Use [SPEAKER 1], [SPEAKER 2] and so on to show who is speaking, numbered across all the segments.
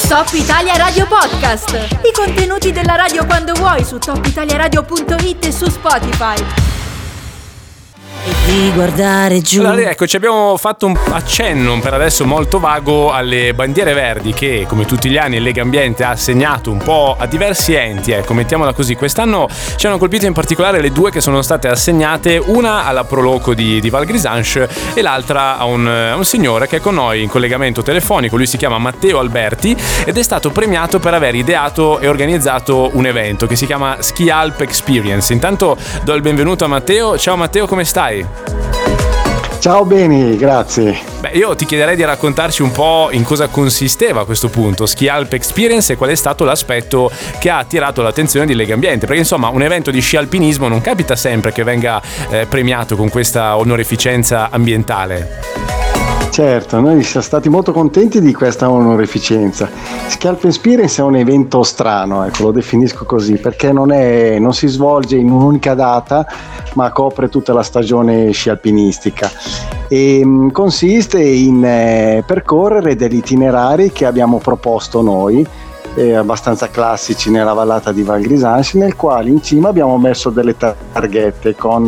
[SPEAKER 1] Top Italia Radio Podcast. I contenuti della radio quando vuoi su topitaliaradio.it e su Spotify.
[SPEAKER 2] E di guardare giù.
[SPEAKER 3] Allora, ecco, ci abbiamo fatto un accenno per adesso molto vago alle bandiere verdi che, come tutti gli anni, Legambiente ha assegnato un po' a diversi enti, ecco, mettiamola così. Quest'anno ci hanno colpito in particolare le due che sono state assegnate, una alla Proloco di Val Grisanche e l'altra a un signore che è con noi in collegamento telefonico. Lui si chiama Matteo Alberti ed è stato premiato per aver ideato e organizzato un evento che si chiama Ski Alp Experience. Intanto do il benvenuto a Matteo. Ciao Matteo, come stai?
[SPEAKER 4] Ciao, bene, grazie.
[SPEAKER 3] Beh, io ti chiederei di raccontarci un po' in cosa consisteva a questo punto Ski Alp Experience e qual è stato l'aspetto che ha attirato l'attenzione di Legambiente, perché insomma un evento di sci alpinismo non capita sempre che venga premiato con questa onorificenza ambientale.
[SPEAKER 4] Certo, noi siamo stati molto contenti di questa onorificenza. Ski Alp Experience è un evento strano, ecco, lo definisco così, perché non si svolge in un'unica data, ma copre tutta la stagione sci alpinistica e consiste in percorrere degli itinerari che abbiamo proposto noi, abbastanza classici nella vallata di Val Grisanche, nel quale in cima abbiamo messo delle targhette con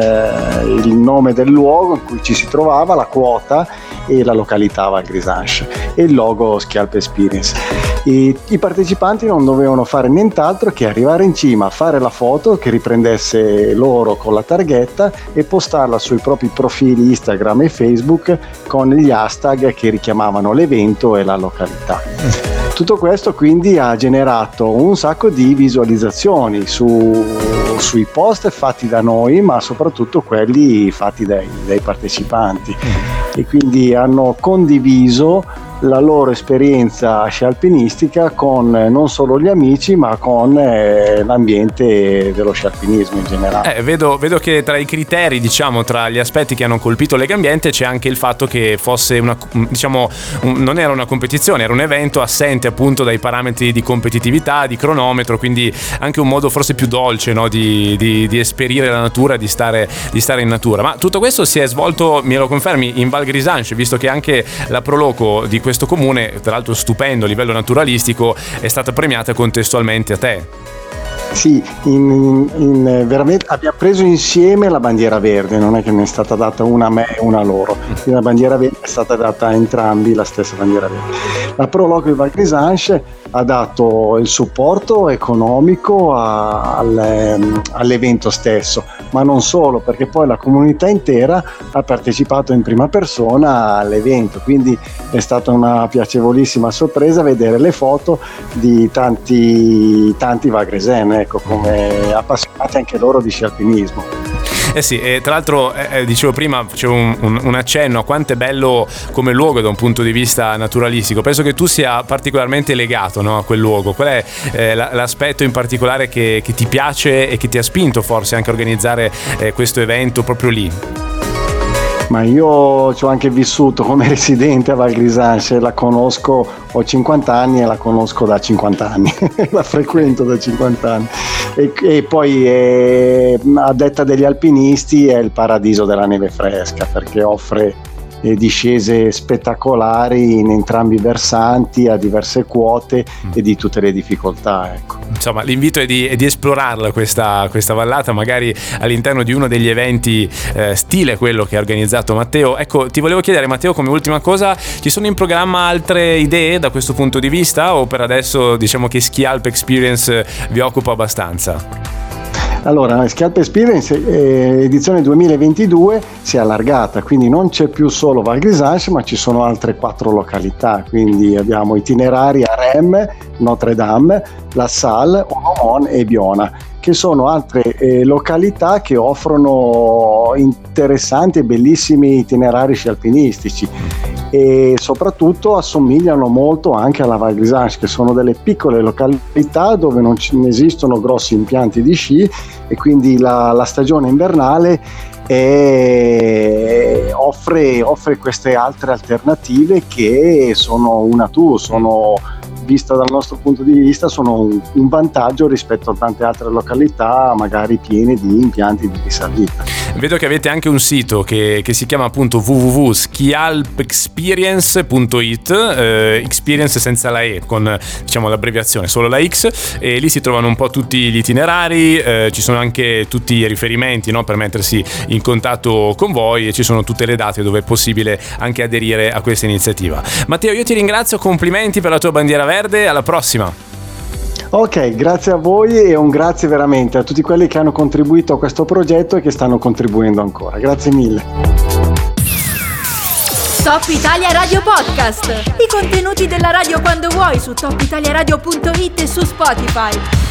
[SPEAKER 4] il nome del luogo in cui ci si trovava, la quota e la località Val Grisanche e il logo Ski Alp Experience. I partecipanti non dovevano fare nient'altro che arrivare in cima, fare la foto che riprendesse loro con la targhetta e postarla sui propri profili Instagram e Facebook con gli hashtag che richiamavano l'evento e la località. Tutto questo quindi ha generato un sacco di visualizzazioni sui post fatti da noi, ma soprattutto quelli fatti dai partecipanti, e quindi hanno condiviso la loro esperienza sci alpinistica con non solo gli amici, ma con l'ambiente dello sci alpinismo in generale.
[SPEAKER 3] Vedo che tra i criteri, diciamo, tra gli aspetti che hanno colpito Legambiente c'è anche il fatto che fosse non era una competizione, era un evento assente appunto dai parametri di competitività, di cronometro, quindi anche un modo forse più dolce, no, di esperire la natura, di stare in natura. Ma tutto questo si è svolto, me lo confermi, in Val Grisanche, visto che anche la Proloco di questo comune, tra l'altro stupendo a livello naturalistico, è stata premiata contestualmente a te.
[SPEAKER 4] Sì, veramente abbiamo preso insieme la bandiera verde, non è che ne è stata data una a me e una a loro, la bandiera verde è stata data a entrambi, la stessa bandiera verde. La Proloco di Val Grisanche ha dato il supporto economico all'evento stesso, ma non solo, perché poi la comunità intera ha partecipato in prima persona all'evento, quindi è stata una piacevolissima sorpresa vedere le foto di tanti vagreseni, ecco, come appassionati anche loro di sci alpinismo.
[SPEAKER 3] Sì, e tra l'altro dicevo prima, facevo un accenno a quanto è bello come luogo da un punto di vista naturalistico. Penso che tu sia particolarmente legato, no, a quel luogo. Qual è l'aspetto in particolare che ti piace e che ti ha spinto forse anche a organizzare questo evento proprio lì?
[SPEAKER 4] Ma io ci ho anche vissuto come residente a Val Grisanche, la conosco, ho 50 anni e la conosco da 50 anni, la frequento da 50 anni e poi a detta degli alpinisti è il paradiso della neve fresca, perché offre discese spettacolari in entrambi i versanti a diverse quote e di tutte le difficoltà, ecco.
[SPEAKER 3] Insomma, l'invito è di esplorarla questa vallata, magari all'interno di uno degli eventi stile quello che ha organizzato Matteo. Ecco, ti volevo chiedere, Matteo, come ultima cosa, ci sono in programma altre idee da questo punto di vista o per adesso diciamo che Ski Alp Experience vi occupa abbastanza?
[SPEAKER 4] Allora, Ski Alp Experience edizione 2022 si è allargata, quindi non c'è più solo Val Grisanche, ma ci sono altre 4 località, quindi abbiamo itinerari a Rem, Notre Dame, La Salle, Onomon e Biona, che sono altre località che offrono interessanti e bellissimi itinerari sci alpinistici e soprattutto assomigliano molto anche alla Val Grisanche, che sono delle piccole località dove non esistono grossi impianti di sci e quindi la stagione invernale offre queste altre alternative che sono vista dal nostro punto di vista sono un vantaggio rispetto a tante altre località magari piene di impianti di risalita.
[SPEAKER 3] Vedo che avete anche un sito che si chiama appunto www.skialpexperience.it, experience senza la E, con diciamo l'abbreviazione, solo la X, e lì si trovano un po' tutti gli itinerari, ci sono anche tutti i riferimenti, no, per mettersi in contatto con voi, e ci sono tutte le date dove è possibile anche aderire a questa iniziativa. Matteo, io ti ringrazio, complimenti per la tua bandiera verde, alla prossima.
[SPEAKER 4] Ok, grazie a voi e un grazie veramente a tutti quelli che hanno contribuito a questo progetto e che stanno contribuendo ancora. Grazie mille.
[SPEAKER 1] Top Italia Radio Podcast. I contenuti della radio quando vuoi su topitaliaradio.it e su Spotify.